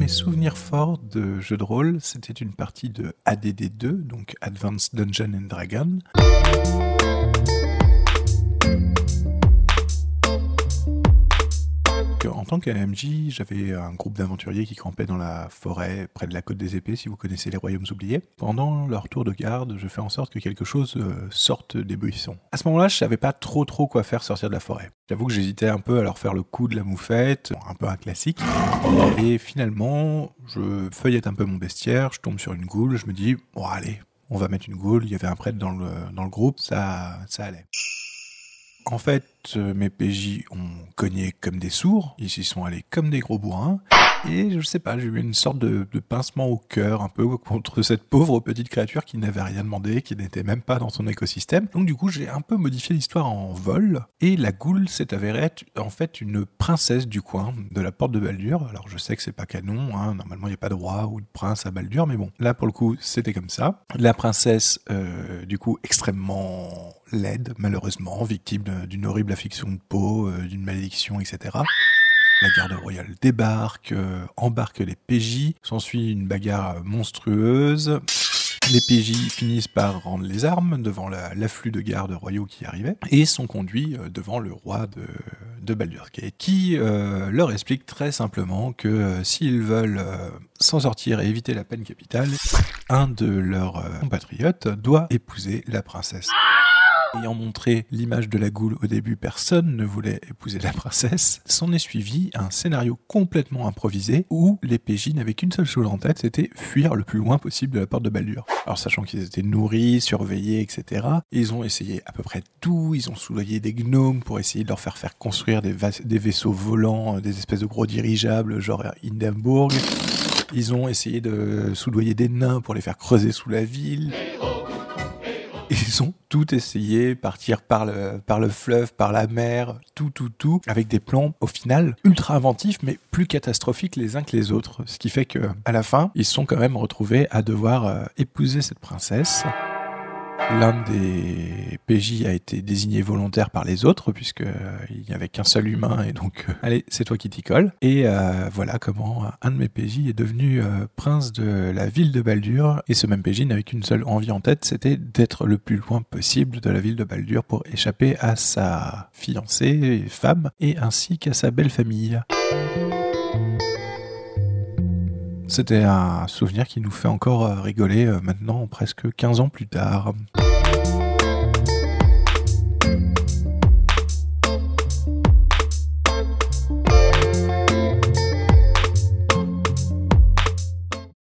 Mes souvenirs forts de jeux de rôle, c'était une partie de ADD2, donc Advanced Dungeons and Dragons. En tant qu'AMJ, j'avais un groupe d'aventuriers qui campaient dans la forêt, près de la Côte des Épées, si vous connaissez les Royaumes oubliés. Pendant leur tour de garde, je fais en sorte que quelque chose sorte des buissons. À ce moment-là, je savais pas trop quoi faire sortir de la forêt. J'avoue que j'hésitais un peu à leur faire le coup de la moufette, un peu un classique. Et finalement, je feuillette un peu mon bestiaire, je tombe sur une goule, je me dis, bon allez, on va mettre une goule, il y avait un prêtre dans le groupe, ça allait. En fait, mes PJ ont cogné comme des sourds, ils s'y sont allés comme des gros bourrins, et je sais pas, j'ai eu une sorte de pincement au cœur, un peu contre cette pauvre petite créature qui n'avait rien demandé, qui n'était même pas dans son écosystème. Donc du coup, j'ai un peu modifié l'histoire en vol, et la goule s'est avérée être en fait une princesse du coin, de la porte de Baldur. Alors je sais que c'est pas canon, hein, normalement il n'y a pas de roi ou de prince à Baldur, mais bon, là pour le coup, c'était comme ça. La princesse, du coup, extrêmement laide, malheureusement, victime d'une horrible affection de peau, d'une malédiction, etc. La garde royale débarque, embarque les PJ, s'ensuit une bagarre monstrueuse. Les PJ finissent par rendre les armes devant l'afflux de gardes royaux qui arrivaient et sont conduits devant le roi de Baldur's Gate qui leur explique très simplement que s'ils veulent s'en sortir et éviter la peine capitale, un de leurs compatriotes doit épouser la princesse. Ayant montré l'image de la goule au début, personne ne voulait épouser la princesse. S'en est suivi un scénario complètement improvisé où les PJ n'avaient qu'une seule chose en tête, c'était fuir le plus loin possible de la porte de Baldur. Alors sachant qu'ils étaient nourris, surveillés, etc., ils ont essayé à peu près tout, ils ont soudoyé des gnomes pour essayer de leur faire construire des vaisseaux volants, des espèces de gros dirigeables genre Hindenburg. Ils ont essayé de soudoyer des nains pour les faire creuser sous la ville. Ils ont tout essayé, partir par le fleuve, par la mer, tout, avec des plans, au final, ultra inventifs, mais plus catastrophiques les uns que les autres. Ce qui fait que, à la fin, ils se sont quand même retrouvés à devoir épouser cette princesse. L'un des PJ a été désigné volontaire par les autres, puisqu'il n'y avait qu'un seul humain, et donc, allez, c'est toi qui t'y colle. Et voilà comment un de mes PJ est devenu prince de la ville de Baldur, et ce même PJ n'avait qu'une seule envie en tête, c'était d'être le plus loin possible de la ville de Baldur pour échapper à sa fiancée et femme, et ainsi qu'à sa belle famille. C'était un souvenir qui nous fait encore rigoler maintenant, presque 15 ans plus tard.